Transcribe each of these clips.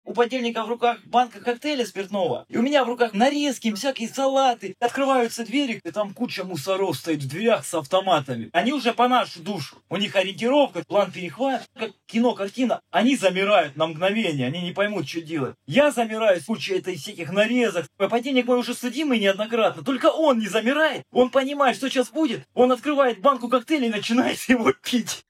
У подельника в руках банка коктейля спиртного, и у меня в руках нарезки, всякие салаты. Открываются двери, и там куча мусоров стоит в дверях с автоматами. Они уже по нашу душу. У них ориентировка, план перехват, как кино, картина. Они замирают на мгновение, они не поймут, что делать. Я замираю с кучей этой всяких нарезок. Подельник мой уже судимый неоднократно, только он не замирает. Он понимает, что сейчас будет. Он открывает банку коктейля и начинает его пить.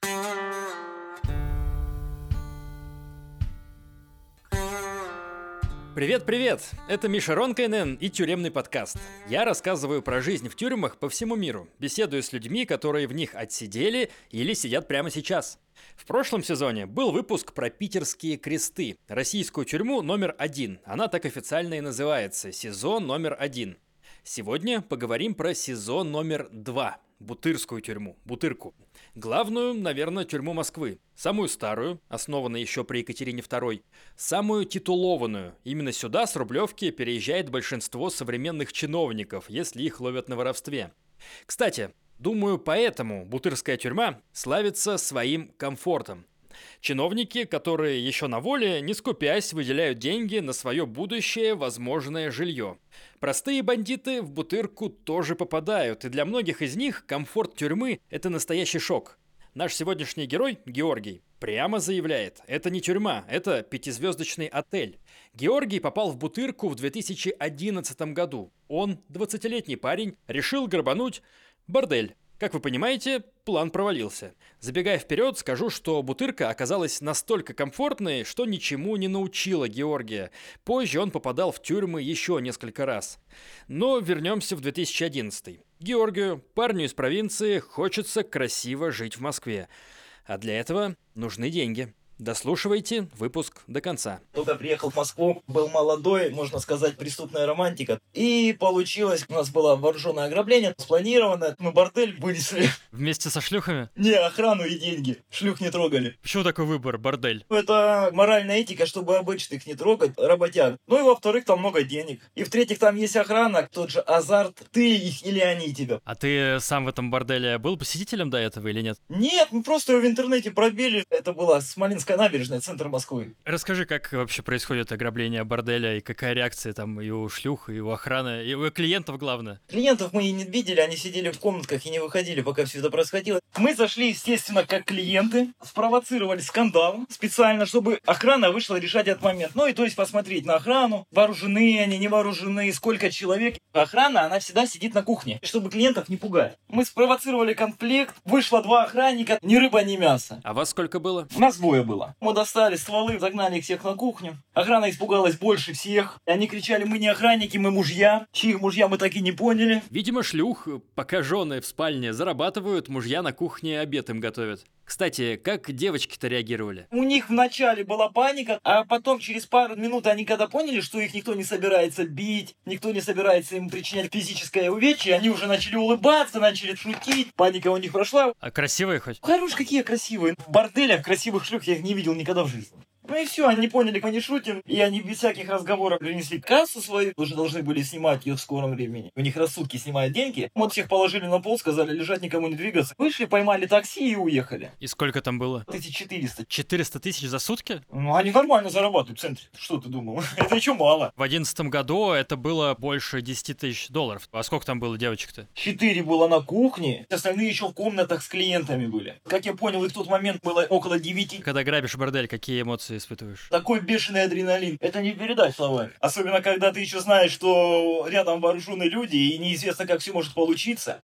Привет-привет! Это Миша Ронкайнен и тюремный подкаст. Я рассказываю про жизнь в тюрьмах по всему миру, беседую с людьми, которые в них отсидели или сидят прямо сейчас. В прошлом сезоне был выпуск про питерские кресты, российскую тюрьму номер 1. Она так официально и называется – сезон номер 1. Сегодня поговорим про сезон номер 2. Бутырскую тюрьму, Бутырку. Главную, наверное, тюрьму Москвы. Самую старую, основанную еще при Екатерине II. Самую титулованную. Именно сюда с Рублевки переезжает большинство современных чиновников, если их ловят на воровстве. Кстати, думаю, поэтому Бутырская тюрьма славится своим комфортом. Чиновники, которые еще на воле, не скупясь, выделяют деньги на свое будущее возможное жилье. Простые бандиты в Бутырку тоже попадают, и для многих из них комфорт тюрьмы – это настоящий шок. Наш сегодняшний герой, Георгий, прямо заявляет, это не тюрьма, это 5-звездочный отель. Георгий попал в Бутырку в 2011 году. Он, 20-летний парень, решил грабануть бордель. Как вы понимаете, план провалился. Забегая вперед, скажу, что Бутырка оказалась настолько комфортной, что ничему не научила Георгия. Позже он попадал в тюрьмы еще несколько раз. Но вернемся в 2011. Георгию, парню из провинции, хочется красиво жить в Москве. А для этого нужны деньги. Дослушивайте выпуск до конца. Только приехал в Москву, был молодой, можно сказать, преступная романтика. И получилось, у нас было вооруженное ограбление, спланировано, мы бордель вынесли. Вместе со шлюхами? Не, охрану и деньги. Шлюх не трогали. Почему такой выбор, бордель? Это моральная этика, чтобы обычных не трогать, работяг. Ну и во-вторых, там много денег. И в-третьих, там есть охрана, тот же азарт, ты их или они тебя. А ты сам в этом борделе был посетителем до этого или нет? Нет, мы просто в интернете пробили. Это была Смоленская набережная, центр Москвы. Расскажи, как вообще происходит ограбление борделя и какая реакция там и у шлюх, и у охраны, и у клиентов, главное. Клиентов мы и не видели, они сидели в комнатках и не выходили, пока все это происходило. Мы зашли, естественно, как клиенты, спровоцировали скандал специально, чтобы охрана вышла решать этот момент. Ну и то есть посмотреть на охрану, вооружены они, не вооружены, сколько человек. Охрана, она всегда сидит на кухне, чтобы клиентов не пугать. Мы спровоцировали конфликт, вышло 2 охранника, ни рыба, ни мясо. А вас сколько было? У нас 2 было. Мы достали стволы, загнали их всех на кухню. Охрана испугалась больше всех. Они кричали, мы не охранники, мы мужья. Чьи мужья, мы так и не поняли. Видимо, шлюх, пока жены в спальне зарабатывают, мужья на кухне обед им готовят. Кстати, как девочки-то реагировали? У них вначале была паника, а потом через пару минут они когда поняли, что их никто не собирается бить, никто не собирается им причинять физическое увечье, они уже начали улыбаться, начали шутить, паника у них прошла. А красивые хоть? Хорош, какие красивые. В борделях красивых шлюх я их не видел никогда в жизни. Ну и все, они поняли, мы не шутим, и они без всяких разговоров принесли кассу свою, уже должны были снимать ее в скором времени. У них рассудки снимают деньги. Вот всех положили на пол, сказали лежать, никому не двигаться. Вышли, поймали такси и уехали. И сколько там было? 1400. 400 тысяч за сутки? Ну, они нормально зарабатывают в центре. Что ты думал? Это еще мало. В 2011 году это было больше 10 тысяч долларов. А сколько там было девочек-то? 4 было на кухне, остальные еще в комнатах с клиентами были. Как я понял, их в тот момент было около 9. Когда грабишь бордель, какие эмоции испытываешь? Такой бешеный адреналин. Это не передать словами. Особенно, когда ты еще знаешь, что рядом вооруженные люди, и неизвестно, как все может получиться.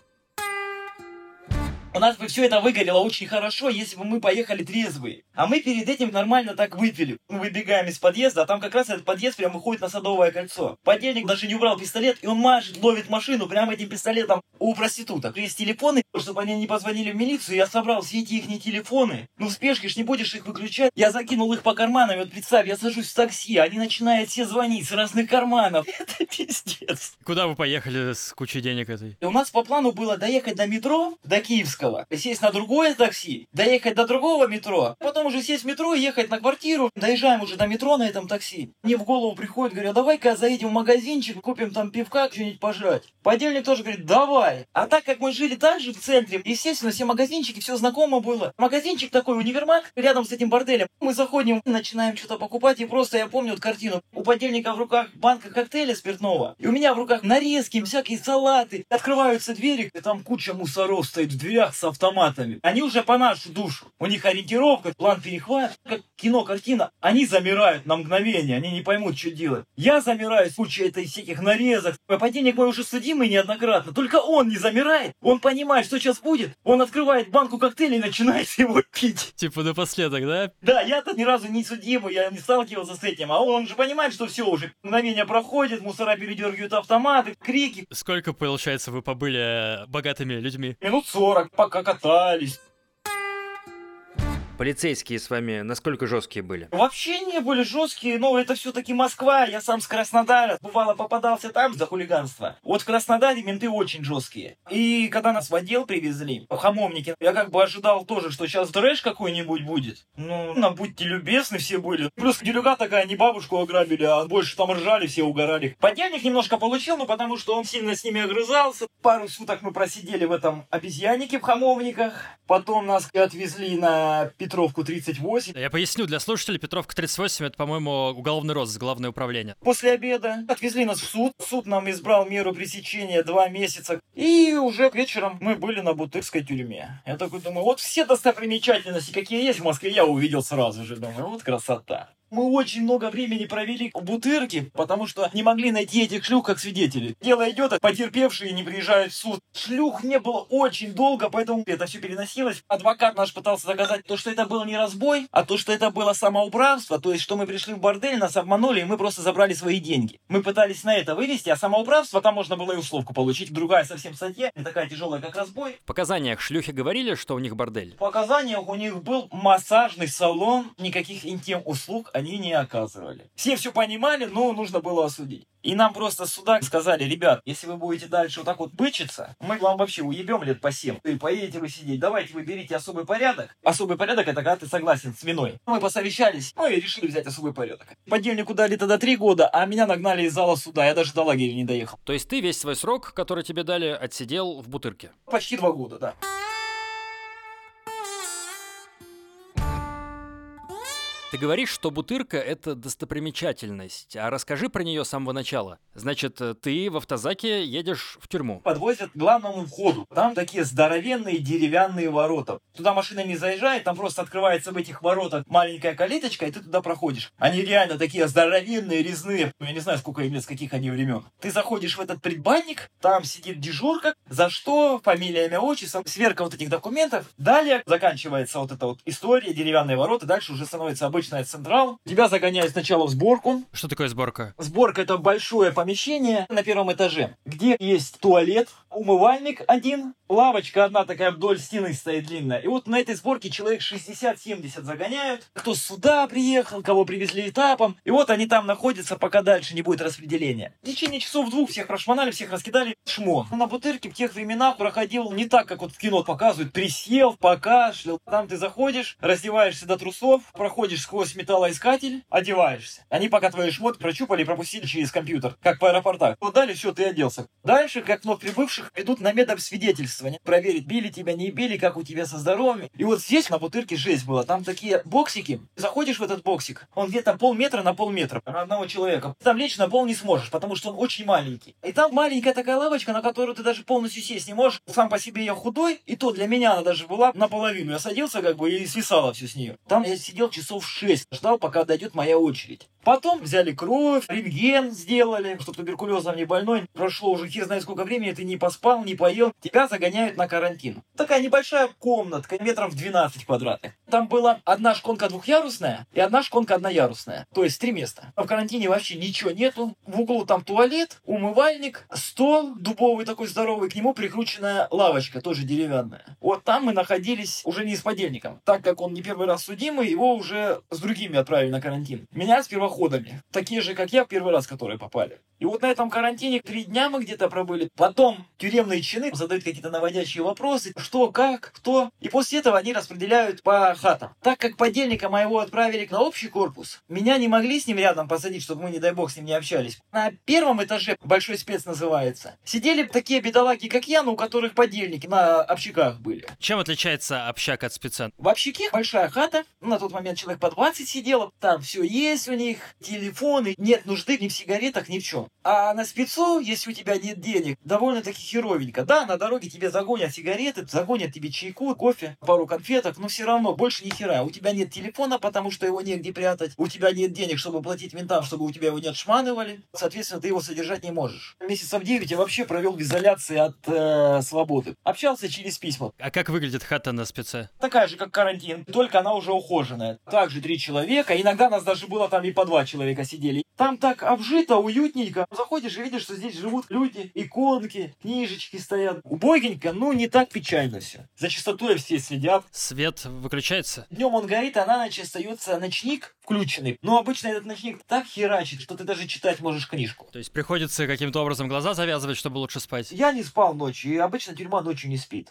У нас бы все это выгорело очень хорошо, если бы мы поехали трезвые. А мы перед этим нормально так выпили. Мы выбегаем из подъезда, а там как раз этот подъезд прям выходит на Садовое кольцо. Подельник даже не убрал пистолет, и он мажет, ловит машину прямо этим пистолетом у проституток. Есть телефоны, чтобы они не позвонили в милицию, я собрал все эти их телефоны. Ну в спешке ж не будешь их выключать. Я закинул их по карманам, вот представь, я сажусь в такси, они начинают все звонить с разных карманов. Это пиздец. Куда вы поехали с кучей денег этой? И у нас по плану было доехать до метро, до Киевского. Покровского, сесть на другое такси, доехать до другого метро, потом уже сесть в метро и ехать на квартиру. Доезжаем уже до метро на этом такси. Мне в голову приходит, говорю, давай-ка заедем в магазинчик, купим там пивка, что-нибудь пожрать. Подельник тоже говорит, давай. А так как мы жили также в центре, естественно, все магазинчики, все знакомо было. Магазинчик такой, универмаг, рядом с этим борделем. Мы заходим, начинаем что-то покупать, и просто я помню вот картину. У подельника в руках банка коктейля спиртного, и у меня в руках нарезки, всякие салаты. Открываются двери, и там куча мусоров стоит в дверях с автоматами. Они уже по нашу душу. У них ориентировка, план перехват, как кино, картина. Они замирают на мгновение, они не поймут, что делать. Я замираю с кучей этой всяких нарезок. Подельник мой уже судимый неоднократно. Только он не замирает. Он понимает, что сейчас будет. Он открывает банку коктейля и начинает его пить. Типа напоследок, да? Да, я-то ни разу не судимый, я не сталкивался с этим. А он же понимает, что все уже. Мгновение проходит, мусора передергивают автоматы, крики. Сколько, получается, вы побыли богатыми людьми? Минут 40, пока катались. Полицейские с вами насколько жесткие были? Вообще не были жесткие, но это все-таки Москва. Я сам с Краснодара. Бывало, попадался там за хулиганство. Вот в Краснодаре менты очень жесткие. И когда нас в отдел привезли, в Хамовнике, я как бы ожидал тоже, что сейчас трэш какой-нибудь будет. Ну, будьте любезны все были. Плюс делюга такая, не бабушку ограбили, а больше там ржали, все угорали. Подельник немножко получил, но потому что он сильно с ними огрызался. Пару суток мы просидели в этом обезьяннике в Хамовниках. Потом нас отвезли на Петровку 38. Я поясню для слушателей, Петровка 38 это, по-моему, уголовный розыск, главное управление. После обеда отвезли нас в суд. Суд нам избрал меру пресечения 2 месяца. И уже вечером мы были на Бутырской тюрьме. Я такой думаю, вот все достопримечательности, какие есть в Москве, я увидел сразу же. Думаю, вот красота. Мы очень много времени провели в Бутырке, потому что не могли найти этих шлюх как свидетелей. Дело идет, а потерпевшие не приезжают в суд. Шлюх не было очень долго, поэтому это все переносилось. Адвокат наш пытался доказать то, что это был не разбой, а то, что это было самоуправство. То есть, что мы пришли в бордель, нас обманули, и мы просто забрали свои деньги. Мы пытались на это вывести, а самоуправство, там можно было и условку получить. Другая совсем статья, не такая тяжелая, как разбой. В показаниях шлюхи говорили, что у них бордель? В показаниях у них был массажный салон, никаких интим-услуг они не оказывали. Все понимали, но нужно было осудить. И нам просто суда сказали, ребят, если вы будете дальше вот так вот бычиться, мы вам вообще уебем лет по 7. И поедете вы сидеть. Давайте вы берите особый порядок. Особый порядок это когда ты согласен с виной. Мы посовещались, и решили взять особый порядок. Подельнику дали тогда 3 года, а меня нагнали из зала суда. Я даже до лагеря не доехал. То есть ты весь свой срок, который тебе дали, отсидел в Бутырке? Почти 2 года, да. Ты говоришь, что Бутырка — это достопримечательность, а расскажи про нее с самого начала. Значит, ты в автозаке едешь в тюрьму. Подвозят к главному входу. Там такие здоровенные деревянные ворота. Туда машина не заезжает, там просто открывается в этих воротах маленькая калиточка, и ты туда проходишь. Они реально такие здоровенные, резные. Я не знаю, сколько им лет, с каких они времен. Ты заходишь в этот предбанник, там сидит дежурка, за что фамилия, имя, отчество, сверка вот этих документов. Далее заканчивается вот эта вот история, деревянные ворота, дальше уже становится обычный централ. Тебя загоняют сначала в сборку. Что такое сборка? Сборка — это большое помещение на 1-м этаже, где есть туалет, умывальник один, лавочка одна такая вдоль стены стоит длинная. И вот на этой сборке человек 60-70 загоняют. Кто сюда приехал, кого привезли этапом. И вот они там находятся, пока дальше не будет распределения. В течение часов 2 всех прошмонали, всех раскидали. Шмон. На Бутырке в тех временах проходил не так, как вот в кино показывают. Присел, покашлял. Там ты заходишь, раздеваешься до трусов, проходишь сквозь металлоискатель, одеваешься. Они пока твои шмотки прочупали и пропустили через компьютер, как в аэропортах. Вот дали, все, ты оделся. Дальше, как вновь прибывших, идут на медобсвидетельствование. Проверить, били тебя, не били, как у тебя со здоровьем. И вот здесь на Бутырке жесть была. Там такие боксики. Заходишь в этот боксик, он где-то полметра на полметра на одного человека. Там лечь на пол не сможешь, потому что он очень маленький. И там маленькая такая лавочка, на которую ты даже полностью сесть не можешь. Сам по себе я худой, и то для меня она даже была наполовину. Я садился как бы и свисало все с нее. Там я сидел часов 6, ждал, пока дойдет моя очередь. Потом взяли кровь, рентген сделали, что туберкулезом не больной. Прошло уже хер знает сколько времени, ты не поспал, не поел. Тебя загоняют на карантин. Такая небольшая комнатка, метров 12 квадратных. Там была одна шконка двухъярусная и одна шконка одноярусная. То есть 3 места. В карантине вообще ничего нету. В углу там туалет, умывальник, стол дубовый такой здоровый, к нему прикрученная лавочка, тоже деревянная. Вот там мы находились уже не с подельником. Так как он не первый раз судимый, его уже с другими отправили на карантин. Меня сперва походами. Такие же, как я, в первый раз, которые попали. И вот на этом карантине 3 дня мы где-то пробыли. Потом тюремные чины задают какие-то наводящие вопросы. Что, как, кто. И после этого они распределяют по хатам. Так как подельника моего отправили на общий корпус, меня не могли с ним рядом посадить, чтобы мы, не дай бог, с ним не общались. На первом этаже, большой спец называется, сидели такие бедолаги, как я, но у которых подельники на общаках были. Чем отличается общак от спеца? В общаке большая хата, на тот момент человек по 20 сидело, там все есть у них, телефоны, нет нужды ни в сигаретах, ни в чем. А на спецу, если у тебя нет денег, довольно-таки херовенько. Да, на дороге тебе загонят сигареты, загонят тебе чайку, кофе, пару конфеток, но все равно больше ни хера. У тебя нет телефона, потому что его негде прятать. У тебя нет денег, чтобы платить ментам, чтобы у тебя его не отшманывали. Соответственно, ты его содержать не можешь. Месяцев 9 я вообще провел в изоляции от свободы. Общался через письма. А как выглядит хата на спеце? Такая же, как карантин, только она уже ухоженная. Также 3 человека, иногда нас даже было там и по 2 человека сидели. Там так обжито, уютненько. Заходишь и видишь, что здесь живут люди, иконки, книжечки стоят. Убогенько, но не так печально все. За чистотой все следят. Свет выключается? Днем он горит, а на ночь остается ночник включенный. Но обычно этот ночник так херачит, что ты даже читать можешь книжку. То есть приходится каким-то образом глаза завязывать, чтобы лучше спать? Я не спал ночью, и обычно тюрьма ночью не спит.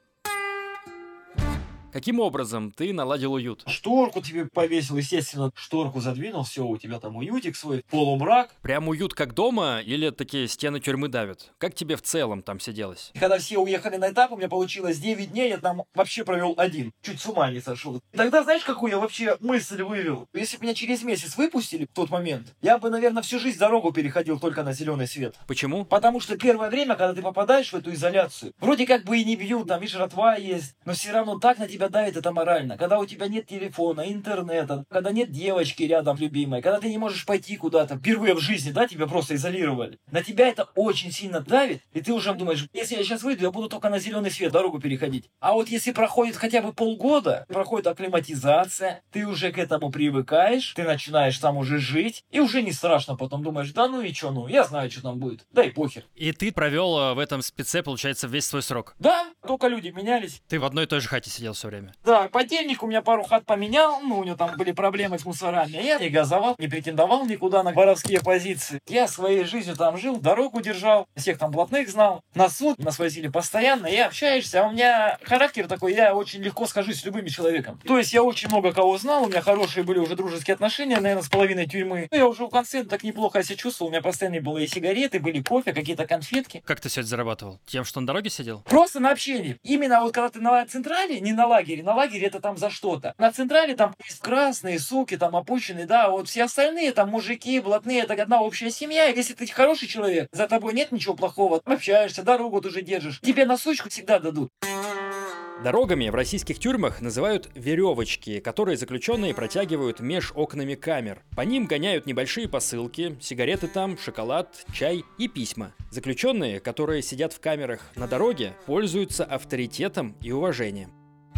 Каким образом ты наладил уют? Шторку тебе повесил, естественно, шторку задвинул, все, у тебя там уютик свой, полумрак. Прям уют как дома или такие стены тюрьмы давят? Как тебе в целом там сиделось? Когда все уехали на этап, у меня получилось 9 дней, я там вообще провел один. Чуть с ума не сошел. Тогда знаешь, какую я вообще мысль вывел? Если бы меня через месяц выпустили в тот момент, я бы, наверное, всю жизнь дорогу переходил только на зеленый свет. Почему? Потому что первое время, когда ты попадаешь в эту изоляцию, вроде как бы и не бьют, там и жратва есть, но все равно так на тебя давит это морально. Когда у тебя нет телефона, интернета, когда нет девочки рядом любимой, когда ты не можешь пойти куда-то, впервые в жизни, да, тебя просто изолировали. На тебя это очень сильно давит, и ты уже думаешь, если я сейчас выйду, я буду только на зеленый свет дорогу переходить. А вот если проходит хотя бы полгода, проходит акклиматизация, ты уже к этому привыкаешь, ты начинаешь там уже жить, и уже не страшно, потом думаешь, да ну и чё, ну, я знаю, что там будет, да и похер. И ты провел в этом спеце, получается, весь свой срок? Да, только люди менялись. Ты в одной и той же хате сидел все время? Да, подельник у меня пару хат поменял, ну, у него там были проблемы с мусорами. Я не газовал, не претендовал никуда на воровские позиции. Я своей жизнью там жил, дорогу держал, всех там блатных знал. На суд нас возили постоянно, и общаешься. А у меня характер такой, я очень легко схожусь с любым человеком. То есть я очень много кого знал, у меня хорошие были уже дружеские отношения, наверное, с половиной тюрьмы. Ну, я уже у конца так неплохо себя чувствовал, у меня постоянно было и сигареты, были кофе, какие-то конфетки. Как ты все это зарабатывал? Тем, что на дороге сидел? Просто на общении. Именно вот когда ты на централе, не на лагере это там за что-то. На централе там есть красные, суки, там опущенные, да, вот все остальные там мужики, блатные, это одна общая семья. И если ты хороший человек, за тобой нет ничего плохого, общаешься, дорогу тоже держишь, тебе на сучку всегда дадут. Дорогами в российских тюрьмах называют веревочки, которые заключенные протягивают меж окнами камер. По ним гоняют небольшие посылки, сигареты там, шоколад, чай и письма. Заключенные, которые сидят в камерах на дороге, пользуются авторитетом и уважением.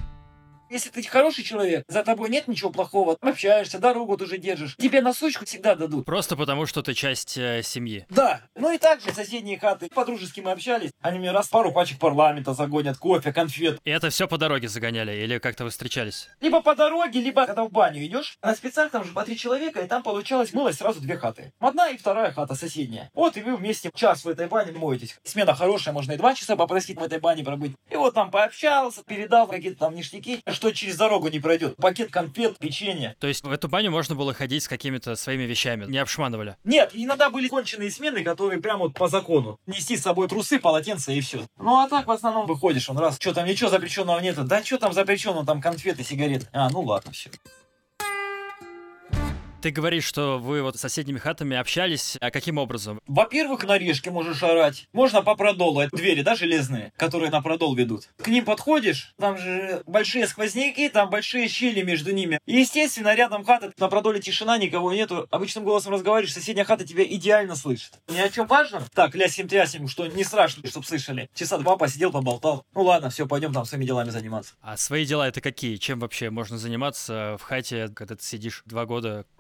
Если ты хороший человек, за тобой нет ничего плохого, общаешься, дорогу тоже держишь, тебе на сучку всегда дадут. Просто потому, что ты часть семьи. Да, ну и также соседние хаты, по-дружески мы общались, они мне раз пару пачек парламента загонят, кофе, конфет. И это все по дороге загоняли, или как-то вы встречались? Либо по дороге, либо когда в баню идешь. На спецах там же по 3 человека, и там получалось мылось сразу 2 хаты. Одна и вторая хата соседняя. Вот и вы вместе час в этой бане моетесь. Смена хорошая, можно и 2 часа попросить в этой бане пробыть. И вот там пообщался, передал какие-то там ништяки, что через дорогу не пройдет. Пакет конфет, печенье. То есть в эту баню можно было ходить с какими-то своими вещами, не обшманывали? Нет, иногда были конченые смены, которые прямо вот по закону. Нести с собой трусы, полотенца и все. Ну а так в основном выходишь, он раз, что там ничего запрещенного нету. Да что там запрещенного, там конфеты, сигареты. А, ну ладно, все. Ты говоришь, что вы вот с соседними хатами общались, а каким образом? Во-первых, на решке можешь орать. Можно по продолу, это двери, да, железные, которые на продол ведут. К ним подходишь, там же большие сквозняки, там большие щели между ними. И, естественно, рядом хата, на продоле тишина, никого нету. Обычным голосом разговариваешь, соседняя хата тебя идеально слышит. Ни о чем важном. Так, лясим-трясим, что не страшно, чтобы слышали. Часа 2 посидел, поболтал. Ну ладно, все, пойдем там своими делами заниматься. А свои дела это какие? Чем вообще можно заниматься в хате, когда ты сидишь 2 года?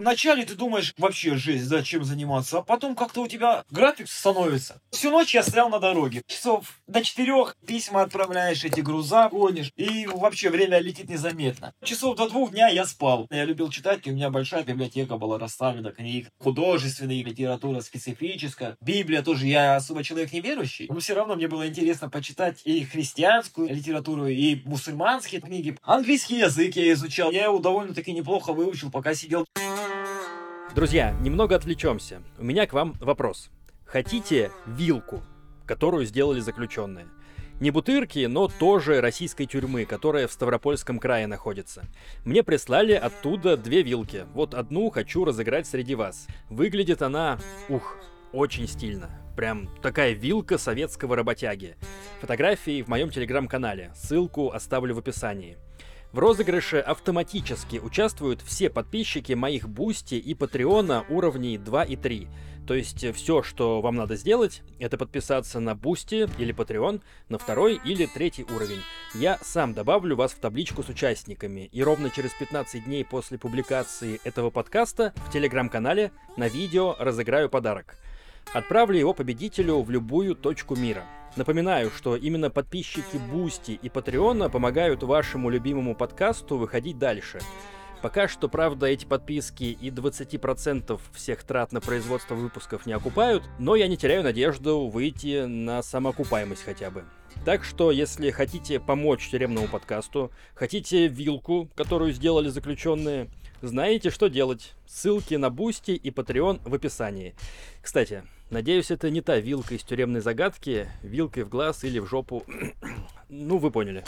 Вначале ты думаешь, вообще жесть, зачем заниматься, а потом как-то у тебя график становится. Всю ночь я стоял на дороге. Часов до 4 письма отправляешь, эти груза гонишь, и вообще время летит незаметно. Часов до 2 дня я спал. Я любил читать, и у меня большая библиотека была расставлена книг. Художественная литература, специфическая. Библия тоже, я особо человек неверующий, но все равно мне было интересно почитать и христианскую литературу, и мусульманские книги. Английский язык я изучал. Я его довольно-таки неплохо выучил, пока сидел. Друзья, немного отвлечемся. У меня к вам вопрос. Хотите вилку, которую сделали заключенные? Не Бутырки, но тоже российской тюрьмы, которая в Ставропольском крае находится. Мне прислали оттуда 2 вилки. Вот одну хочу разыграть среди вас. Выглядит она, очень стильно. Прям такая вилка советского работяги. Фотографии в моем телеграм-канале. Ссылку оставлю в описании. В розыгрыше автоматически участвуют все подписчики моих Бусти и Патреона уровней 2 и 3. То есть все, что вам надо сделать, это подписаться на Бусти или Patreon на 2 или 3 уровень. Я сам добавлю вас в табличку с участниками, и ровно через 15 дней после публикации этого подкаста в телеграм-канале на видео разыграю подарок. Отправлю его победителю в любую точку мира. Напоминаю, что именно подписчики Бусти и Патреона помогают вашему любимому подкасту выходить дальше. Пока что, правда, эти подписки и 20% всех трат на производство выпусков не окупают, но я не теряю надежду выйти на самоокупаемость хотя бы. Так что, если хотите помочь тюремному подкасту, хотите вилку, которую сделали заключенные, знаете, что делать. Ссылки на Бусти и Patreon в описании. Кстати, надеюсь, это не та вилка из тюремной загадки, вилкой в глаз или в жопу. Ну, вы поняли.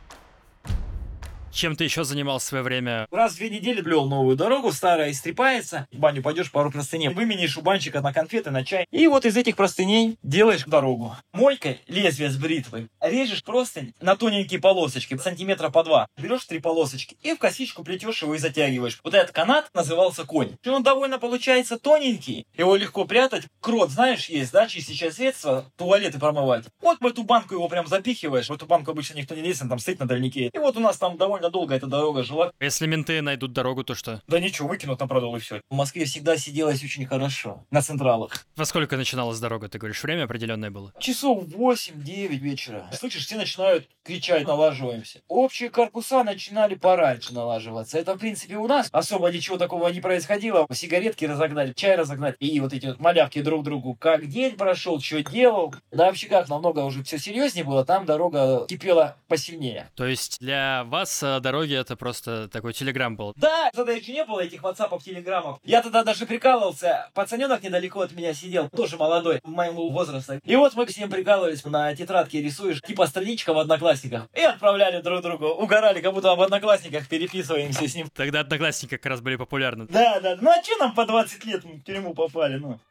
Чем ты еще занимал свое время? Раз в 2 недели плел новую дорогу, старая истрепается. В баню пойдешь, пару простыней выменишь у банщика на конфеты, на чай. И вот из этих простыней делаешь дорогу. Мойкой, лезвие с бритвой, режешь простынь на тоненькие полосочки, сантиметра по 2. Берешь 3 полосочки и в косичку плетешь его и затягиваешь. Вот этот канат назывался конь. И он довольно получается тоненький, его легко прятать. Крот, знаешь, есть, да, чистящее средство, туалеты промывать. Вот в эту банку его прям запихиваешь. В эту банку обычно никто не лезет, там стоит на дальнике. И вот у нас там довольно долго эта дорога жила. Если менты найдут дорогу, то что? Да ничего, выкинут на продол и все. В Москве всегда сиделось очень хорошо. На централах. Во сколько начиналась дорога, ты говоришь? Время определенное было? Часов 8-9 вечера. Слышишь, все начинают кричать, налаживаемся. Общие корпуса начинали пораньше налаживаться. Это, в принципе, у нас особо ничего такого не происходило. Сигаретки разогнали, чай разогнать. И вот эти вот малявки друг другу. Как день прошел, что делал. Да вообще как, намного уже все серьезнее было. Там дорога кипела посильнее. То есть для вас дороги это просто такой телеграм был? Да, тогда еще не было этих ватсапов, телеграммов. Я тогда даже прикалывался. Пацаненок недалеко от меня сидел, тоже молодой, моему возраста. И вот мы с ним прикалывались, на тетрадке рисуешь, типа страничка в Одноклассниках. И отправляли друг другу, угорали, как будто в Одноклассниках переписываемся с ним. Тогда Одноклассники как раз были популярны. Да. Ну а че нам по 20 лет в тюрьму попали, ну?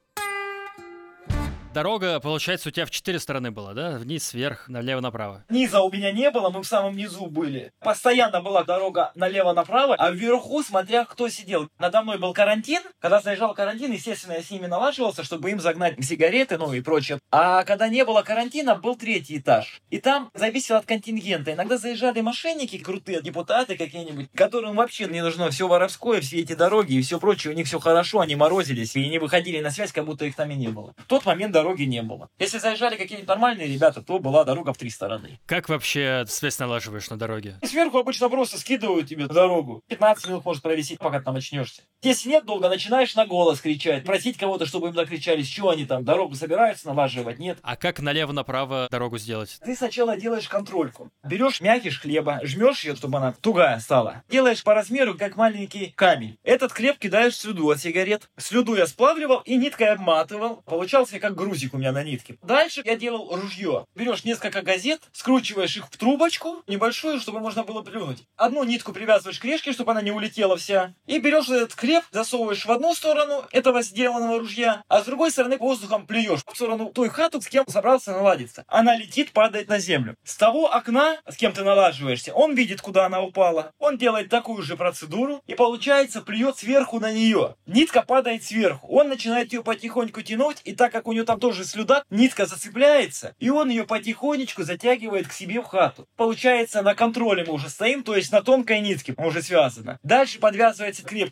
Дорога, получается, у тебя в 4 стороны была, да? Вниз, вверх, налево, направо. Низа у меня не было, мы в самом низу были. Постоянно была дорога налево-направо, а вверху, смотря кто сидел. Надо мной был карантин. Когда заезжал карантин, естественно, я с ними налаживался, чтобы им загнать сигареты, ну и прочее. А когда не было карантина, был 3-й этаж. И там зависело от контингента. Иногда заезжали мошенники, крутые депутаты какие-нибудь, которым вообще не нужно все воровское, все эти дороги и все прочее. У них все хорошо, они морозились и не выходили на связь, как будто их там и не было. В тот момент дороги не было. Если заезжали какие-нибудь нормальные ребята, то была дорога в 3 стороны. Как вообще связь налаживаешь на дороге? И сверху обычно просто скидывают тебе дорогу. 15 минут может провисеть, пока ты там очнешься. Если нет долго, начинаешь на голос кричать, просить кого-то, чтобы им докричались, что они там, дорогу собираются налаживать, нет. А как налево-направо дорогу сделать? Ты сначала делаешь контрольку. Берешь мякиш хлеба, жмешь ее, чтобы она тугая стала. Делаешь по размеру, как маленький камень. Этот хлеб кидаешь в слюду от сигарет. Слюду я сплавливал и ниткой обматывал. Получался как грузик у меня на нитке. Дальше я делал ружье. Берешь несколько газет, скручиваешь их в трубочку, небольшую, чтобы можно было плюнуть. Одну нитку привязываешь к решке, чтобы она не улетела вся. И берешь этот хлеб, засовываешь в одну сторону этого сделанного ружья, а с другой стороны воздухом плюешь в сторону той хаты, с кем собрался наладиться. Она летит, падает на землю. С того окна, с кем ты налаживаешься, он видит, куда она упала. Он делает такую же процедуру и, получается, плюет сверху на нее. Нитка падает сверху. Он начинает ее потихоньку тянуть, и так как у него там тоже слюда, нитка зацепляется, и он ее потихонечку затягивает к себе в хату. Получается, на контроле мы уже стоим, то есть на тонкой нитке уже связано. Дальше подвязывается крепкий шнурок,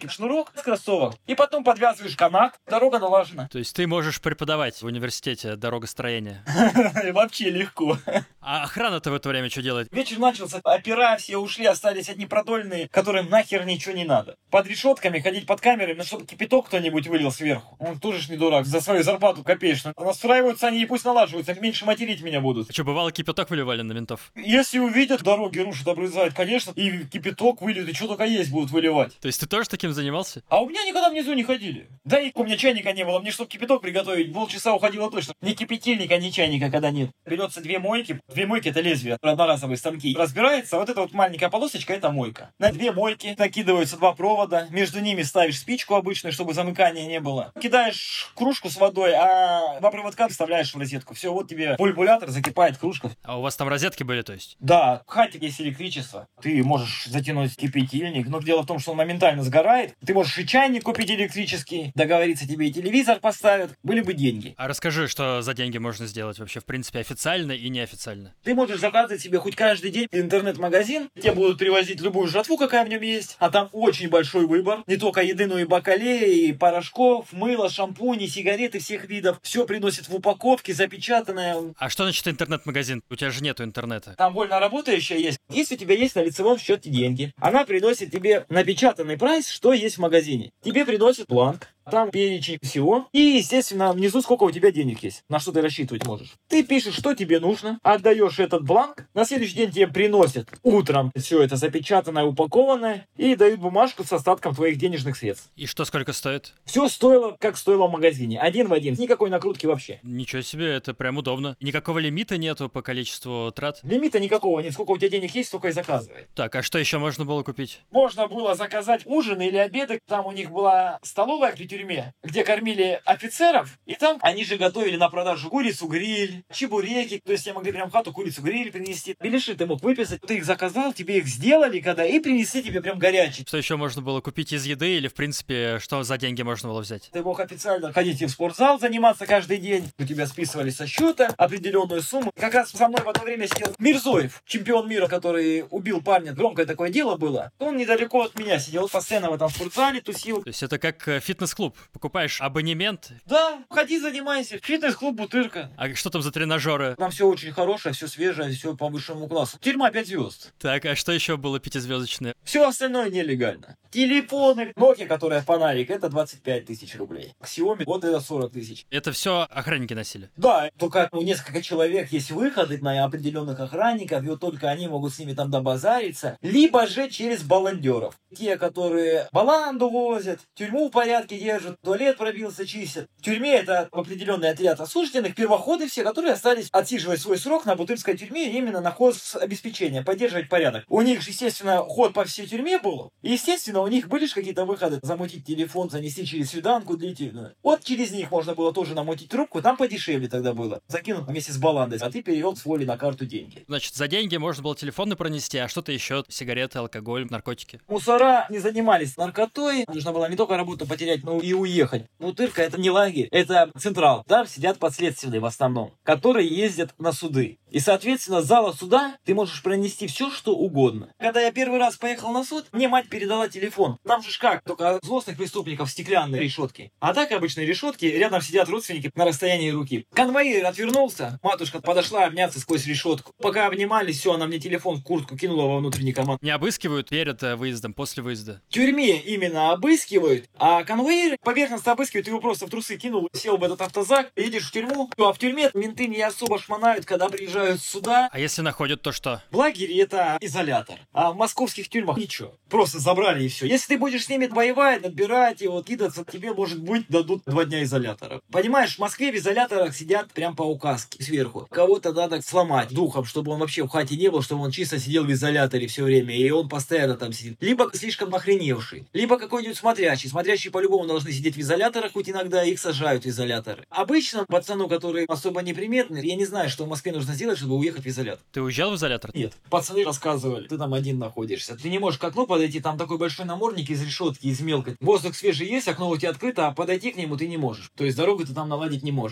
кипяток с кроссовок, и потом подвязываешь канат, дорога налажена. То есть ты можешь преподавать в университете дорогостроение. И вообще легко. А охрана-то в это время что делает? Вечер начался, опера все ушли, остались одни продольные, которым нахер ничего не надо. Под решетками ходить под камерами, чтобы кипяток кто-нибудь вылил сверху. Он тоже ж не дурак, за свою зарплату копеечную. Настраиваются они и пусть налаживаются, меньше материть меня будут. А что, бывало, кипяток выливали на ментов? Если увидят, дороги рушат, обрезают, конечно, и кипяток выльют, и что только есть будут выливать. То есть ты тоже таким занимался? А у меня никогда внизу не ходили. Да и у меня чайника не было, мне чтобы кипяток приготовить, полчаса уходило точно. Ни кипятильника, ни чайника когда нет. Берется две мойки это лезвие, одноразовые станки. Разбирается, вот эта вот маленькая полосочка, это мойка. На две мойки накидываются два провода, между ними ставишь спичку обычную, чтобы замыкания не было. Кидаешь кружку с водой, а два проводка вставляешь в розетку. Все, вот тебе бульбулятор, закипает кружка. А у вас там розетки были, то есть? Да, в хате есть электричество. Ты можешь затянуть кипятильник, но дело в том, что он моментально сгорает. Ты можешь и чайник купить электрический, договориться, тебе и телевизор поставят, были бы деньги. А расскажи, что за деньги можно сделать вообще, в принципе, официально и неофициально? Ты можешь заказывать себе хоть каждый день интернет-магазин, тебе будут привозить любую жратву, какая в нем есть, а там очень большой выбор, не только еды, но и бакалеи, и порошков, мыло, шампуни, сигареты всех видов, все приносят в упаковке, запечатанное. А что значит интернет-магазин? У тебя же нету интернета. Там вольно работающая есть. Если у тебя есть на лицевом счете деньги, она приносит тебе напечатанный прайс, что есть в магазине. Тебе приносит бланк, там перечень всего. И, естественно, внизу сколько у тебя денег есть, на что ты рассчитывать можешь. Ты пишешь, что тебе нужно, отдаешь этот бланк, на следующий день тебе приносят утром все это запечатанное, упакованное, и дают бумажку с остатком твоих денежных средств. И что, сколько стоит? Все стоило, как стоило в магазине. Один в один. Никакой накрутки вообще. Ничего себе, это прям удобно. Никакого лимита нету по количеству трат? Лимита никакого нет. Сколько у тебя денег есть, столько и заказывай. Так, а что еще можно было купить? Можно было заказать ужины или обеды. Там у них была столовая при тюрьме, где кормили офицеров. И там они же готовили на продажу курицу, гриль, чебуреки. То есть тебе могли прям в хату курицу, гриль принести. Беляши ты мог выписать. Ты их заказал, тебе их сделали когда и принесли тебе прям горячие. Что еще можно было купить из еды или, в принципе, что за деньги можно было взять? Ты мог официально ходить и в спортзал заниматься каждый день. У тебя списывали со счета определенную сумму. Как раз со мной в это время сидел Мирзоев, чемпион мира, который убил парня. Громкое такое дело было. Он недалеко от меня сидел, постоянно в этом спортзале тусил. То есть это как фитнес-клуб. Покупаешь абонемент. Да, ходи, занимайся. Фитнес-клуб «Бутырка». А что там за тренажеры? Там все очень хорошее, все свежее, все по высшему классу. Тюрьма 5 звезд. Так, а что еще было пятизвездочное? Все остальное нелегально. Телефоны, Nokia, которая фонарик, это 25 тысяч рублей. Xiaomi, вот это 40 тысяч. Это все охранники носили? Да, только у несколько человек есть выходы на определенных охранников, и вот только они могут с ними там добазариться. Либо же через баландеров. Те, которые баланду возят, тюрьму в порядке держат, туалет пробился, чистят. В тюрьме это определенный отряд осужденных, первоходы все, которые остались отсиживать свой срок на Бутырской тюрьме именно на хозобеспечение, поддерживать порядок. У них же, естественно, ход по всей тюрьме был. И, естественно, у них были же какие-то выходы. Замутить телефон, занести через свиданку длительную. Вот через них можно было тоже намутить трубку, там подешевле тогда было. Закинуть вместе с баландой, а ты перевел с воли на карту деньги. Значит, за деньги можно было телефоны пронести, а что-то еще? Сигареты, алкоголь, наркотики. Мусора не занимались наркотой. Нужно было не только работу потерять, но и уехать. Бутырка — это не лагерь, это централ. Там сидят подследственные в основном, которые ездят на суды. И, соответственно, с зала суда ты можешь пронести все, что угодно. Когда я первый раз поехал на суд, мне мать передала телефон. Там же как, только злостных преступников стеклянные решетки. А так обычные решетки, рядом сидят родственники на расстоянии руки. Конвоир отвернулся, матушка подошла обняться сквозь решетку. Пока обнимались, все, она мне телефон в куртку кинула во внутренний карман. Не обыскивают перед выездом, после выезда? В тюрьме именно обыскивают, а конвоир поверхностно обыскивают, его просто в трусы кинул, сел в этот автозак, едешь в тюрьму. А в тюрьме менты не особо шмонают, когда приезжают сюда. А если находят, то что? В лагере это изолятор, а в московских тюрьмах ничего. Просто забрали и все. Если ты будешь с ними воевать, отбирать и вот кидаться, тебе, может быть, дадут 2 дня изолятора. Понимаешь, в Москве в изоляторах сидят прям по указке сверху. Кого-то надо сломать духом, чтобы он вообще в хате не был, чтобы он чисто сидел в изоляторе все время, и он постоянно там сидит. Либо слишком охреневший, либо какой-нибудь смотрящий. Смотрящие по-любому должны сидеть в изоляторах, хоть иногда их сажают в изоляторы. Обычно пацану, который особо неприметный, я не знаю, что в Москве нужно сделать, чтобы уехать в изолятор. Ты уезжал в изолятор? Нет. Пацаны рассказывали, ты там один находишься. Ты не можешь к окну подойти, там такой большой намордник из решетки, из мелкой. Воздух свежий есть, окно у тебя открыто, а подойти к нему ты не можешь. То есть дорогу ты там наладить не можешь.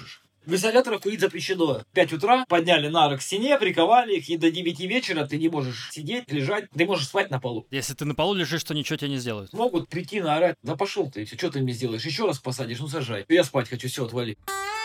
В изоляторах курить запрещено. В 5 утра подняли нары к стене, приковали их, и до 9 вечера ты не можешь сидеть, лежать, ты можешь спать на полу. Если ты на полу лежишь, то ничего тебе не сделают. Могут прийти, наорать: да пошел ты, что ты мне сделаешь, еще раз посадишь, ну сажай. Я спать хочу, все, отвали.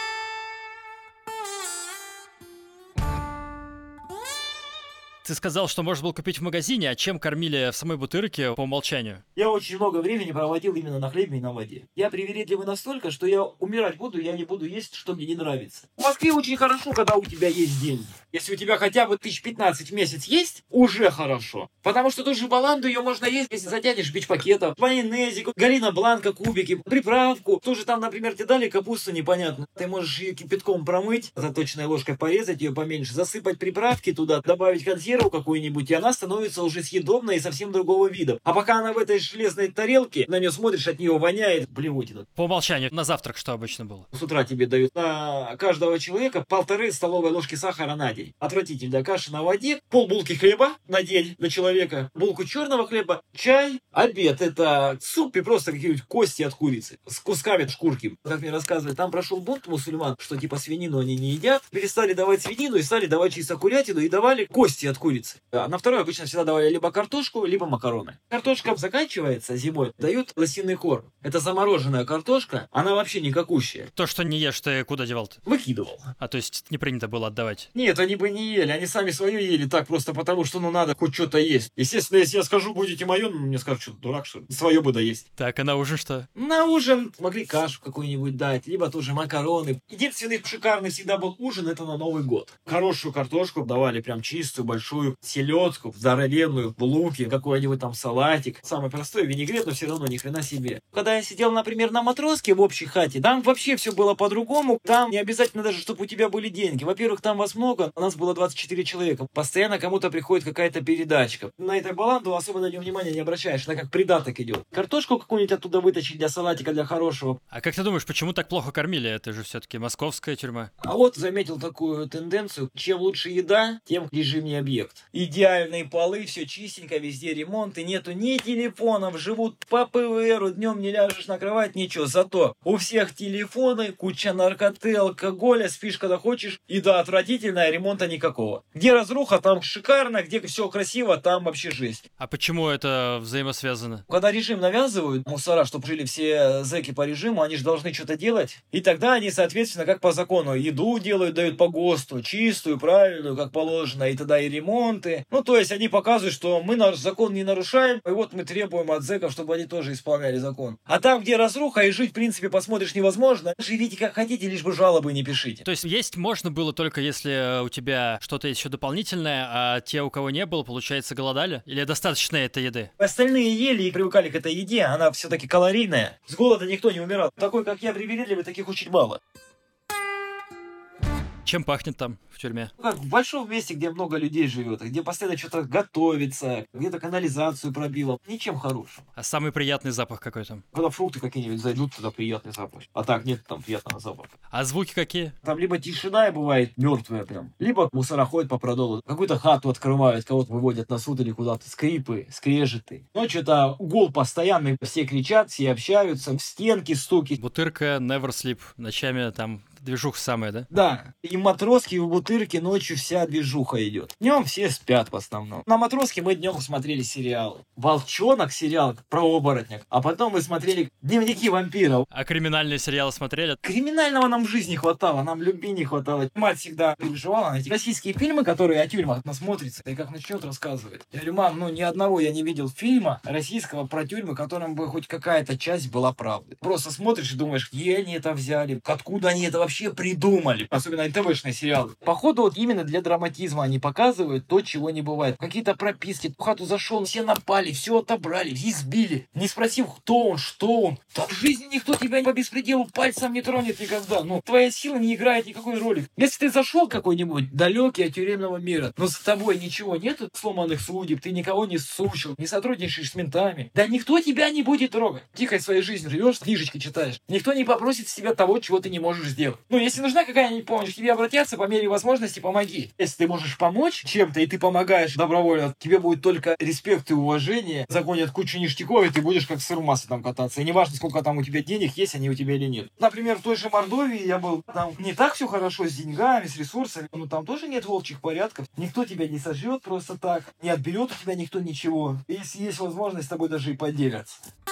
Ты сказал, что можно было купить в магазине, а чем кормили в самой Бутырке по умолчанию? Я очень много времени проводил именно на хлебе и на воде. Я привередливый настолько, что я умирать буду, я не буду есть, что мне не нравится. В Москве очень хорошо, когда у тебя есть деньги. Если у тебя хотя бы 15 в месяц есть, уже хорошо. Потому что ту же баланду ее можно есть, если затянешь бич-пакетов, майонезик, галина бланка, кубики, приправку. Тоже там, например, тебе дали капусту непонятно. Ты можешь ее кипятком промыть, заточенной ложкой порезать ее поменьше, засыпать приправки туда, добавить консерву какую-нибудь, и она становится уже съедобной и совсем другого вида. А пока она в этой железной тарелке, на нее смотришь, от нее воняет, блевотина. По умолчанию, на завтрак что обычно было? С утра тебе дают на каждого человека 1,5 столовой ложки сахара на день. Отвратительная каша на воде, полбулки хлеба на день на человека, булку черного хлеба, чай, обед. Это суп и просто какие-нибудь кости от курицы с кусками шкурки. Как мне рассказывали, там прошел бунт мусульман, что типа свинину они не едят. Перестали давать свинину и стали давать чисто курятину и давали кости от курицы. А на второе обычно всегда давали либо картошку, либо макароны. Картошка заканчивается зимой, дают лосиный корм. Это замороженная картошка, она вообще никакущая. То, что не ешь, ты куда девал-то? Выкидывал. А то есть не принято было отдавать? Нет, они бы не ели, они сами свою ели так просто потому, что ну надо хоть что-то есть. Естественно, если я скажу, будете мое, ну, мне скажут, что дурак, что ли, свое бы доесть. Так, а на ужин что? На ужин могли кашу какую-нибудь дать, либо тоже макароны. Единственный шикарный всегда был ужин, это на Новый год. Хорошую картошку давали, прям чистую, большую, селедку, здоровенную, луки, какой-нибудь там салатик. Самый простой винегрет, но все равно ни хрена себе. Когда я сидел, например, на Матроске в общей хате, там вообще все было по-другому. Там не обязательно даже, чтобы у тебя были деньги. Во-первых, там вас много, у нас было 24 человека. Постоянно кому-то приходит какая-то передачка. На этой баланду особо на нее внимания не обращаешь, она как придаток идет. Картошку какую-нибудь оттуда вытащить для салатика, для хорошего. А как ты думаешь, почему так плохо кормили? Это же все-таки московская тюрьма. А вот заметил такую тенденцию. Чем лучше еда, тем режимнее объект. Идеальные полы, все чистенько, везде ремонт, и нету ни телефонов, живут по ПВРу, днем не ляжешь на кровать, ничего. Зато у всех телефоны, куча наркоты, алкоголя, спишь когда хочешь, еда отвратительная, ремонта никакого. Где разруха, там шикарно, где все красиво, там вообще жесть. А почему это взаимосвязано? Когда режим навязывают, мусора, чтобы жили все зэки по режиму, они же должны что-то делать. И тогда они, соответственно, как по закону, еду делают, дают по ГОСТу, чистую, правильную, как положено, и тогда и ремонты. Ну, то есть они показывают, что мы наш закон не нарушаем, и вот мы требуем от зэков, чтобы они тоже исполняли закон. А там, где разруха, и жить, в принципе, посмотришь, невозможно, живите как хотите, лишь бы жалобы не пишите. То есть есть можно было только если у тебя что-то есть еще дополнительное, а те, у кого не было, получается, голодали? Или достаточно этой еды? Остальные ели и привыкали к этой еде, она все-таки калорийная. С голода никто не умирал. Такой, как я, привередливый, таких очень мало. Чем пахнет там, в тюрьме? Как в большом месте, где много людей живет, где постоянно что-то готовится, где-то канализацию пробило. Ничем хорошим. А самый приятный запах какой там? Когда фрукты какие-нибудь зайдут, туда приятный запах. А так нет там приятного запаха. А звуки какие? Там либо тишина бывает мертвая прям, либо мусора ходят по продолу, какую-то хату открывают, кого-то выводят на суд или куда-то, скрипы, скрежеты. Ну, что-то гул постоянный, все кричат, все общаются, в стенки стуки. Бутырка, never sleep. Ночами там движуха самая, да? Да, и Матроске, и в Бутырке ночью вся движуха идет. Днем все спят в основном. На Матроске мы днем смотрели сериалы. Волчонок сериал про оборотнях, а потом мы смотрели Дневники вампиров. А криминальные сериалы смотрели? Криминального нам в жизни хватало, нам любви не хватало. Мать всегда переживала на эти российские фильмы, которые о тюрьмах насмотрится, и как начнет рассказывать. Я говорю: мам, ну ни одного я не видел фильма российского про тюрьмы, которым бы хоть какая-то часть была правдой. Просто смотришь и думаешь, где они это взяли, откуда они это вообще придумали. Особенно НТВшные сериалы. Походу вот именно для драматизма они показывают то, чего не бывает. Какие-то прописки. В хату зашел, все напали, все отобрали, избили. Не спросив, кто он, что он. Да в жизни никто тебя по беспределу пальцем не тронет никогда. Ну, твоя сила не играет никакой роли. Если ты зашел какой-нибудь далекий от тюремного мира, но за тобой ничего нету, сломанных судеб, ты никого не сучил, не сотрудничаешь с ментами, да никто тебя не будет трогать. Тихой своей жизнью живешь, книжечки читаешь. Никто не попросит с тебя того, чего ты не можешь сделать. Ну, если нужна какая-нибудь помощь, к тебе обратятся, по мере возможности помоги. Если ты можешь помочь чем-то, и ты помогаешь добровольно, тебе будет только респект и уважение, загонят кучу ништяков, и ты будешь как сыр в масле там кататься. И неважно, сколько там у тебя денег, есть они у тебя или нет. Например, в той же Мордовии я был, там не так все хорошо с деньгами, с ресурсами, но там тоже нет волчьих порядков. Никто тебя не сожрет просто так, не отберет у тебя никто ничего. Если есть возможность, с тобой даже и поделятся.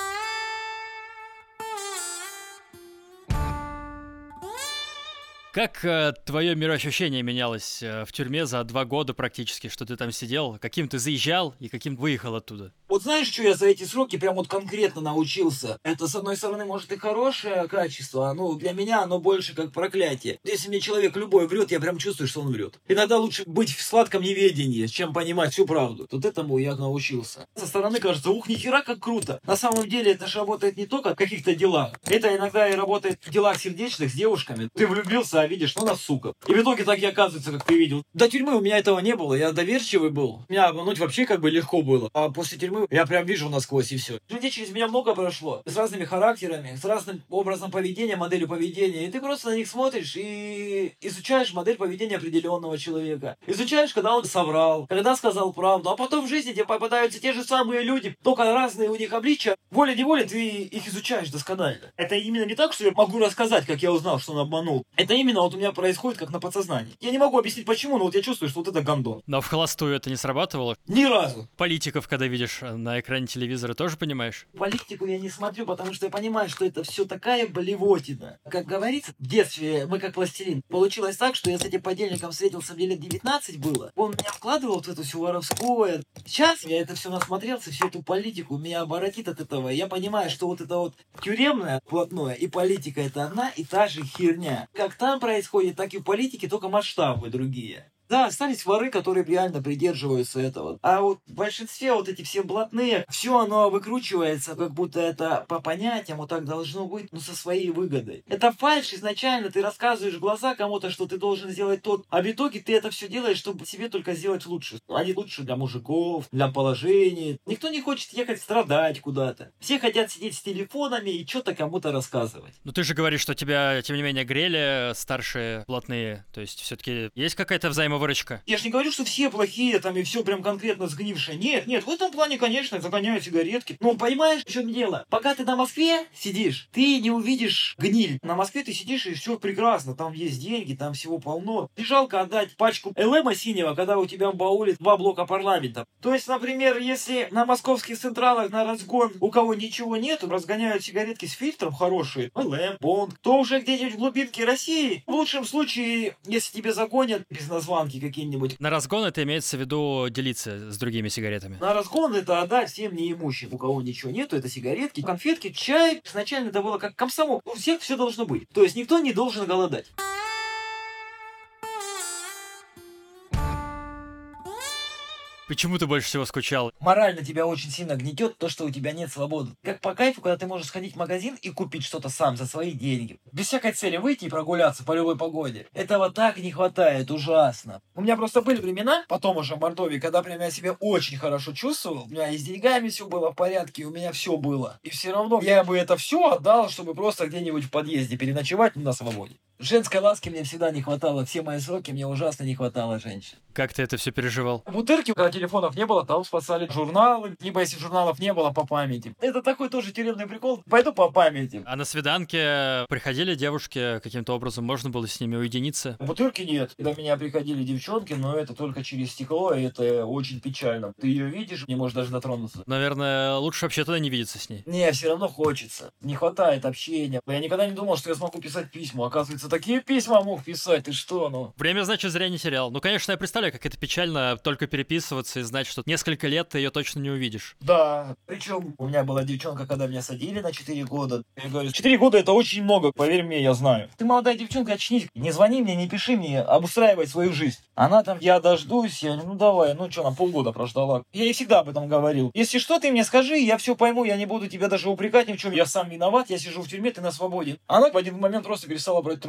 Как твое мироощущение менялось в тюрьме за 2 года практически, что ты там сидел? Каким ты заезжал и каким выехал оттуда? Вот знаешь, что я за эти сроки прям вот конкретно научился? Это, с одной стороны, может и хорошее качество, но для меня оно больше как проклятие. Если мне человек любой врет, я прям чувствую, что он врет. Иногда лучше быть в сладком неведении, чем понимать всю правду. Вот этому я научился. Со стороны кажется, ух, нихера как круто. На самом деле это же работает не только в каких-то делах. Это иногда и работает в делах сердечных с девушками. Ты влюбился, а видишь, ну она сука. И в итоге так и оказывается, как ты видел. До тюрьмы у меня этого не было, я доверчивый был. Меня обмануть вообще как бы легко было. А после тюрьмы я прям вижу насквозь и все. Людей через меня много прошло. С разными характерами, с разным образом поведения, моделью поведения. И ты просто на них смотришь и изучаешь модель поведения определенного человека. Изучаешь, когда он соврал, когда сказал правду. А потом в жизни тебе попадаются те же самые люди, только разные у них обличия. Волей-неволей ты их изучаешь досконально. Это именно не так, что я могу рассказать, как я узнал, что он обманул. Это именно вот у меня происходит как на подсознании. Я не могу объяснить почему, но вот я чувствую, что вот это гандон. Но в холостую это не срабатывало? Ни разу. Политиков, когда видишь на экране телевизора, тоже понимаешь? Политику я не смотрю, потому что я понимаю, что это все такая болевотина. Как говорится, в детстве мы как пластилин. Получилось так, что я с этим подельником встретился, мне лет 19 было. Он меня вкладывал в это все воровское. Сейчас я это все насмотрелся, всю эту политику, меня оборотит от этого. Я понимаю, что вот это вот тюремное, плотное и политика это одна и та же херня. Как там происходит, так и в политике, только масштабы другие. Да, остались воры, которые реально придерживаются этого. А вот в большинстве вот эти все блатные, все оно выкручивается, как будто это по понятиям вот так должно быть, но со своей выгодой. Это фальшь изначально, ты рассказываешь в глаза кому-то, что ты должен сделать тот, а в итоге ты это все делаешь, чтобы себе только сделать лучше. Они лучше для мужиков, для положения. Никто не хочет ехать страдать куда-то. Все хотят сидеть с телефонами и что-то кому-то рассказывать. Ну ты же говоришь, что тебя, тем не менее, грели старшие блатные. То есть все-таки есть какая-то взаимовыручка? Я же не говорю, что все плохие там и все прям конкретно сгнившее. Нет, в этом плане, конечно, загоняют сигаретки. Но понимаешь, в чем дело? Пока ты на Москве сидишь, ты не увидишь гниль. На Москве ты сидишь и все прекрасно. Там есть деньги, там всего полно. Не жалко отдать пачку ЛМа синего, когда у тебя в бауле 2 блока парламента. То есть, например, если на московских централах на разгон у кого ничего нету, разгоняют сигаретки с фильтром хорошие, ЛМ, Бонд, то уже где-нибудь в глубинке России, в лучшем случае, если тебе загонят без названия, какие-нибудь. На разгон это имеется в виду делиться с другими сигаретами? На разгон это отдать всем неимущим, у кого ничего нету, это сигаретки, конфетки, чай. Изначально это было как комсомол. У всех все должно быть. То есть никто не должен голодать. Почему ты больше всего скучал? Морально тебя очень сильно гнетет то, что у тебя нет свободы. Как по кайфу, когда ты можешь сходить в магазин и купить что-то сам за свои деньги. Без всякой цели выйти и прогуляться по любой погоде. Этого так не хватает, ужасно. У меня просто были времена, потом уже в Мордовии, когда прям я себя очень хорошо чувствовал. У меня и с деньгами все было в порядке, у меня все было. И все равно я бы это все отдал, чтобы просто где-нибудь в подъезде переночевать на свободе. Женской ласки мне всегда не хватало. Все мои сроки мне ужасно не хватало женщин. Как ты это все переживал? В Бутырке, когда телефонов не было, там спасали журналы. Либо если журналов не было, по памяти. Это такой тоже тюремный прикол. Пойду по памяти. А на свиданке приходили девушки каким-то образом? Можно было с ними уединиться? В Бутырке нет. Когда меня приходили девчонки, но это только через стекло, и это очень печально. Ты ее видишь, не можешь даже дотронуться. Наверное, лучше вообще тогда не видеться с ней. Не, все равно хочется. Не хватает общения. Я никогда не думал, что я смогу писать письма. Оказывается, такие письма мог писать. Ты что, ну? Время, значит, зря не терял. Ну, конечно, я представляю, как это печально только переписываться и знать, что несколько лет ты ее точно не увидишь. Да. Причем у меня была девчонка, когда меня садили на 4 года. Я говорю, 4 года это очень много, поверь мне, я знаю. Ты молодая девчонка, очнись. Не звони мне, не пиши мне, обустраивай свою жизнь. Она там, я дождусь, я говорю, ну давай, ну что, на полгода прождала. Я ей всегда об этом говорил. Если что, ты мне скажи, я все пойму, я не буду тебя даже упрекать ни в чем. Я сам виноват, я сижу в тюрьме, ты на свободе. Она в один момент просто перестала брать трубку.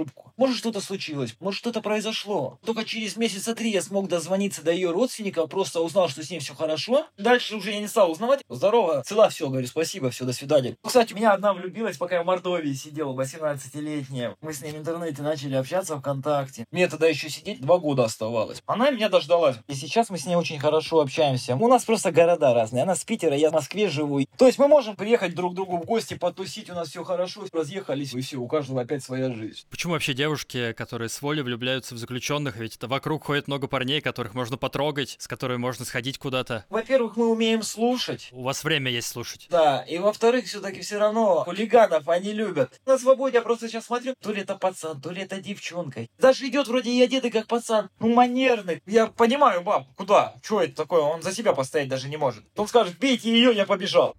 трубку. Может, что-то случилось, может, что-то произошло. Только через месяца 3 я смог дозвониться до ее родственников, просто узнал, что с ней все хорошо. Дальше уже я не стал узнавать. Здорово, цела, все, говорю, спасибо, все, до свидания. Кстати, меня одна влюбилась, пока я в Мордовии сидел, 18-летняя. Мы с ней в интернете начали общаться ВКонтакте. Мне тогда еще сидеть 2 года оставалось. Она меня дождалась. И сейчас мы с ней очень хорошо общаемся. У нас просто города разные. Она с Питера, я в Москве живу. То есть мы можем приехать друг к другу в гости, потусить, у нас все хорошо, разъехались, и все, у каждого опять своя жизнь. Почему вообще девушки, которые с воли влюбляются в заключенных, ведь это вокруг ходит много парней, которых можно потрогать, с которыми можно сходить куда-то? Во-первых, мы умеем слушать. У вас время есть слушать. Да, и во-вторых, все-таки все равно хулиганов они любят. На свободе я просто сейчас смотрю, то ли это пацан, то ли это девчонка. Даже идет вроде и одетый как пацан, ну манерный. Я понимаю, баб, куда? Что это такое? Он за себя постоять даже не может. Он скажет, бейте ее, я побежал.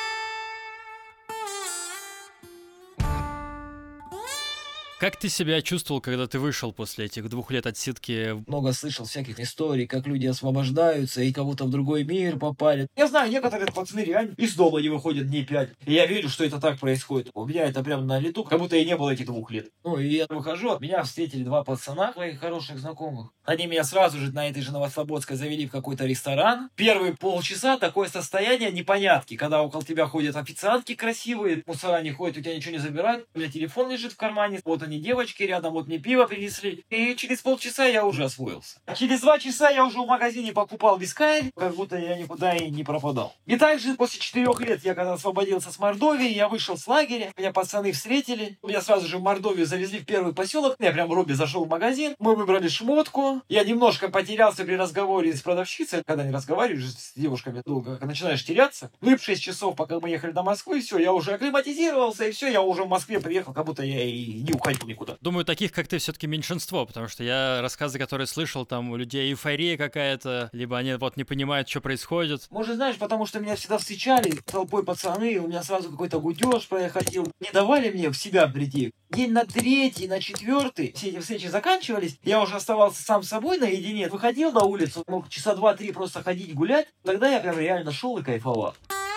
Как ты себя чувствовал, когда ты вышел после этих 2 лет отсидки? Много слышал всяких историй, как люди освобождаются и кого-то в другой мир попали. Я знаю, некоторые пацаны реально из дома не выходят дней 5. И я верю, что это так происходит. У меня это прям на лету, как будто и не было этих 2 лет. Ну и я выхожу, меня встретили 2 пацана, моих хороших знакомых. Они меня сразу же на этой же Новослободской завели в какой-то ресторан. Первые полчаса такое состояние непонятки, когда около тебя ходят официантки красивые, мусора не ходят, у тебя ничего не забирают. У меня телефон лежит в кармане, вот они девочки рядом, вот мне пиво принесли. И через полчаса я уже освоился. А через 2 часа я уже в магазине покупал вискарь, как будто я никуда и не пропадал. И также после 4 лет я когда освободился с Мордовии, я вышел с лагеря, меня пацаны встретили. Меня сразу же в Мордовию завезли в первый поселок. Я прям в Робби зашел в магазин, мы выбрали шмотку. Я немножко потерялся при разговоре с продавщицей. Когда не разговариваешь с девушками долго, начинаешь теряться. Ну и в 6 часов, пока мы ехали до Москвы, все, я уже акклиматизировался, и все, я уже в Москве приехал, как будто я и не уходил никуда. Думаю, таких, как ты, все-таки меньшинство, потому что я рассказы, которые слышал, там у людей эйфория какая-то, либо они вот не понимают, что происходит. Может, знаешь, потому что меня всегда встречали толпой пацаны, у меня сразу какой-то гудеж проходил. Не давали мне в себя прийти. День на 3-й, на 4-й, все эти встречи заканчивались, я уже оставался сам с собой наедине, выходил на улицу, мог часа 2-3 просто ходить гулять, тогда я прям реально шел и кайфовал.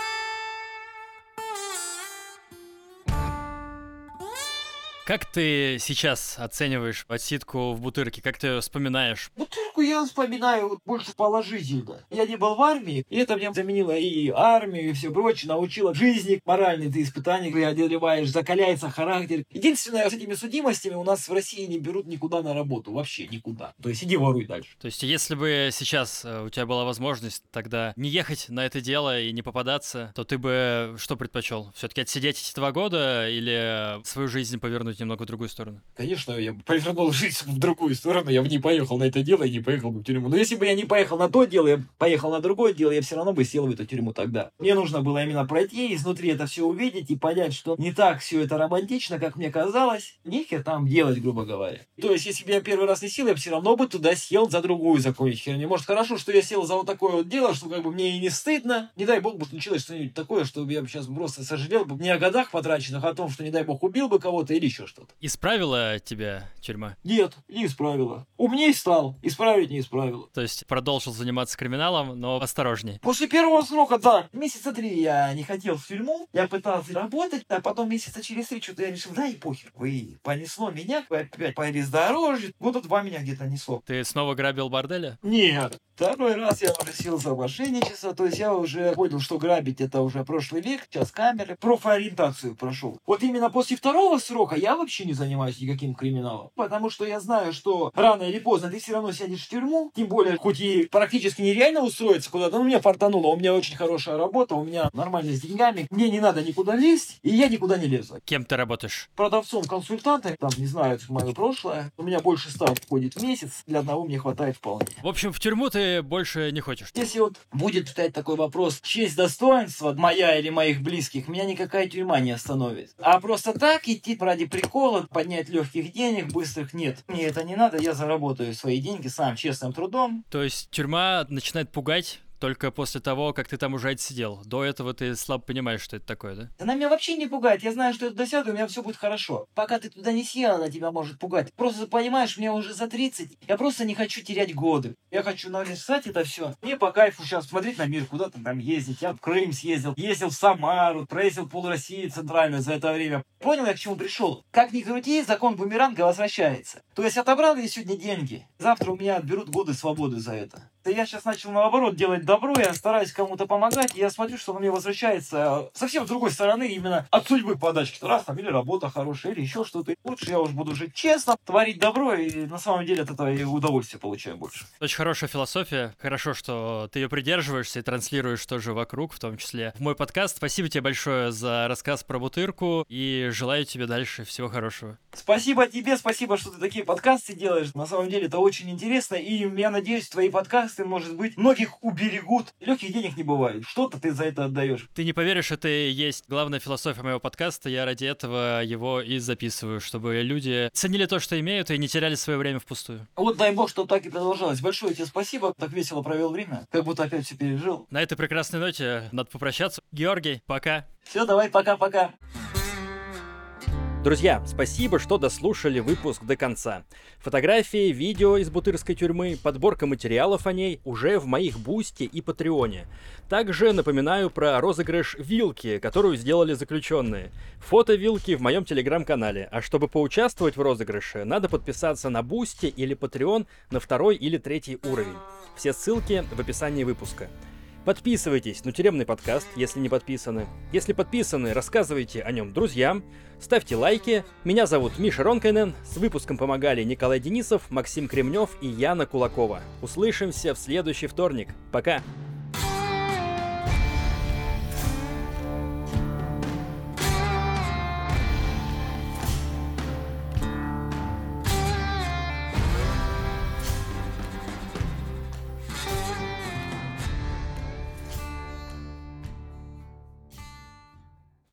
Как ты сейчас оцениваешь отсидку в Бутырке? Как ты ее вспоминаешь? Бутырку я вспоминаю больше положительно. Я не был в армии, и это мне заменило и армию, и все прочее, научило жизни, моральные ты испытания преодолеваешь, закаляется характер. Единственное, с этими судимостями у нас в России не берут никуда на работу, вообще никуда. То есть иди воруй дальше. То есть если бы сейчас у тебя была возможность тогда не ехать на это дело и не попадаться, то ты бы что предпочел? Все-таки отсидеть эти 2 года или свою жизнь повернуть немного в другую сторону? Конечно, я бы повернул жизнь в другую сторону, я бы не поехал на это дело и не поехал бы в тюрьму. Но если бы я не поехал на то дело, я поехал на другое дело, я все равно бы сел в эту тюрьму тогда. Мне нужно было именно пройти, изнутри это все увидеть и понять, что не так все это романтично, как мне казалось. Нехер там делать, грубо говоря. То есть, если бы я первый раз не сел, я бы все равно бы туда сел за другую законную херню. Может, хорошо, что я сел за вот такое вот дело, что как бы мне и не стыдно. Не дай бог бы случилось что-нибудь такое, чтобы я бы сейчас просто сожалел бы не о годах потраченных, а о том, что, не дай бог, убил бы кого-то или еще что-то. Исправила тебя тюрьма? Нет, не исправила. Умней стал, исправить не исправила. То есть продолжил заниматься криминалом, но осторожней. После первого срока, да, месяца 3 я не хотел в тюрьму, я пытался работать, а потом месяца через 3 что-то я решил, да и похер. И понесло меня, опять по бездорожью, 2 года меня где-то несло. Ты снова грабил борделя? Нет. Второй раз я уже сел за мошенничество, то есть я уже понял, что грабить это уже прошлый век, сейчас камеры, профориентацию прошел. Вот именно после 2-го срока я вообще не занимаюсь никаким криминалом, потому что я знаю, что рано или поздно ты все равно сядешь в тюрьму, тем более, хоть и практически нереально устроиться куда-то, но мне фартануло, у меня очень хорошая работа, у меня нормально с деньгами, мне не надо никуда лезть, и я никуда не лезу. Кем ты работаешь? Продавцом, консультантом, там не знаю, мое прошлое, у меня больше 100 входит в месяц, для одного мне хватает вполне. В общем, в тюрьму ты больше не хочешь? Если вот будет стоять такой вопрос, честь, достоинство моя или моих близких, меня никакая тюрьма не остановит. А просто так идти ради прикола, поднять легких денег, быстрых, нет. Мне это не надо, я заработаю свои деньги сам честным трудом. То есть тюрьма начинает пугать, только после того, как ты там уже отсидел. До этого ты слабо понимаешь, что это такое, да? Она меня вообще не пугает. Я знаю, что я туда сяду, и у меня все будет хорошо. Пока ты туда не сел, она тебя может пугать. Просто понимаешь, мне уже за 30. Я просто не хочу терять годы. Я хочу написать это все. Мне по кайфу сейчас смотреть на мир, куда-то там ездить. Я в Крым съездил, ездил в Самару, проездил пол России центральную за это время. Понял я, к чему пришел? Как ни крути, закон бумеранга возвращается. То есть отобрал я сегодня деньги. Завтра у меня отберут годы свободы за это. Я сейчас начал наоборот делать добро, я стараюсь кому-то помогать, и я смотрю, что он мне возвращается совсем с другой стороны, именно от судьбы подачки. Раз там или работа хорошая, или еще что-то. Лучше я уж буду жить честно, творить добро, и на самом деле от этого я удовольствие получаю больше. Очень хорошая философия. Хорошо, что ты ее придерживаешься и транслируешь тоже вокруг, в том числе в мой подкаст. Спасибо тебе большое за рассказ про Бутырку, и желаю тебе дальше всего хорошего. Спасибо тебе, спасибо, что ты такие подкасты делаешь. На самом деле это очень интересно, и я надеюсь, твои подкасты, может быть, многих уберегут. Легких денег не бывает. Что-то ты за это отдаешь. Ты не поверишь, это и есть главная философия моего подкаста. Я ради этого его и записываю, чтобы люди ценили то, что имеют, и не теряли свое время впустую. Вот дай бог, чтобы так и продолжалось. Большое тебе спасибо. Так весело провел время. Как будто опять все пережил. На этой прекрасной ноте надо попрощаться. Георгий, пока. Все, давай, пока-пока. Друзья, спасибо, что дослушали выпуск до конца. Фотографии, видео из бутырской тюрьмы, подборка материалов о ней уже в моих Бусти и Патреоне. Также напоминаю про розыгрыш вилки, которую сделали заключенные. Фото вилки в моем телеграм-канале, а чтобы поучаствовать в розыгрыше, надо подписаться на Бусти или Патреон на 2 или 3 уровень. Все ссылки в описании выпуска. Подписывайтесь на тюремный подкаст, если не подписаны. Если подписаны, рассказывайте о нем друзьям, ставьте лайки. Меня зовут Миша Ронкайнен, с выпуском помогали Николай Денисов, Максим Кремнев и Яна Кулакова. Услышимся в следующий вторник. Пока!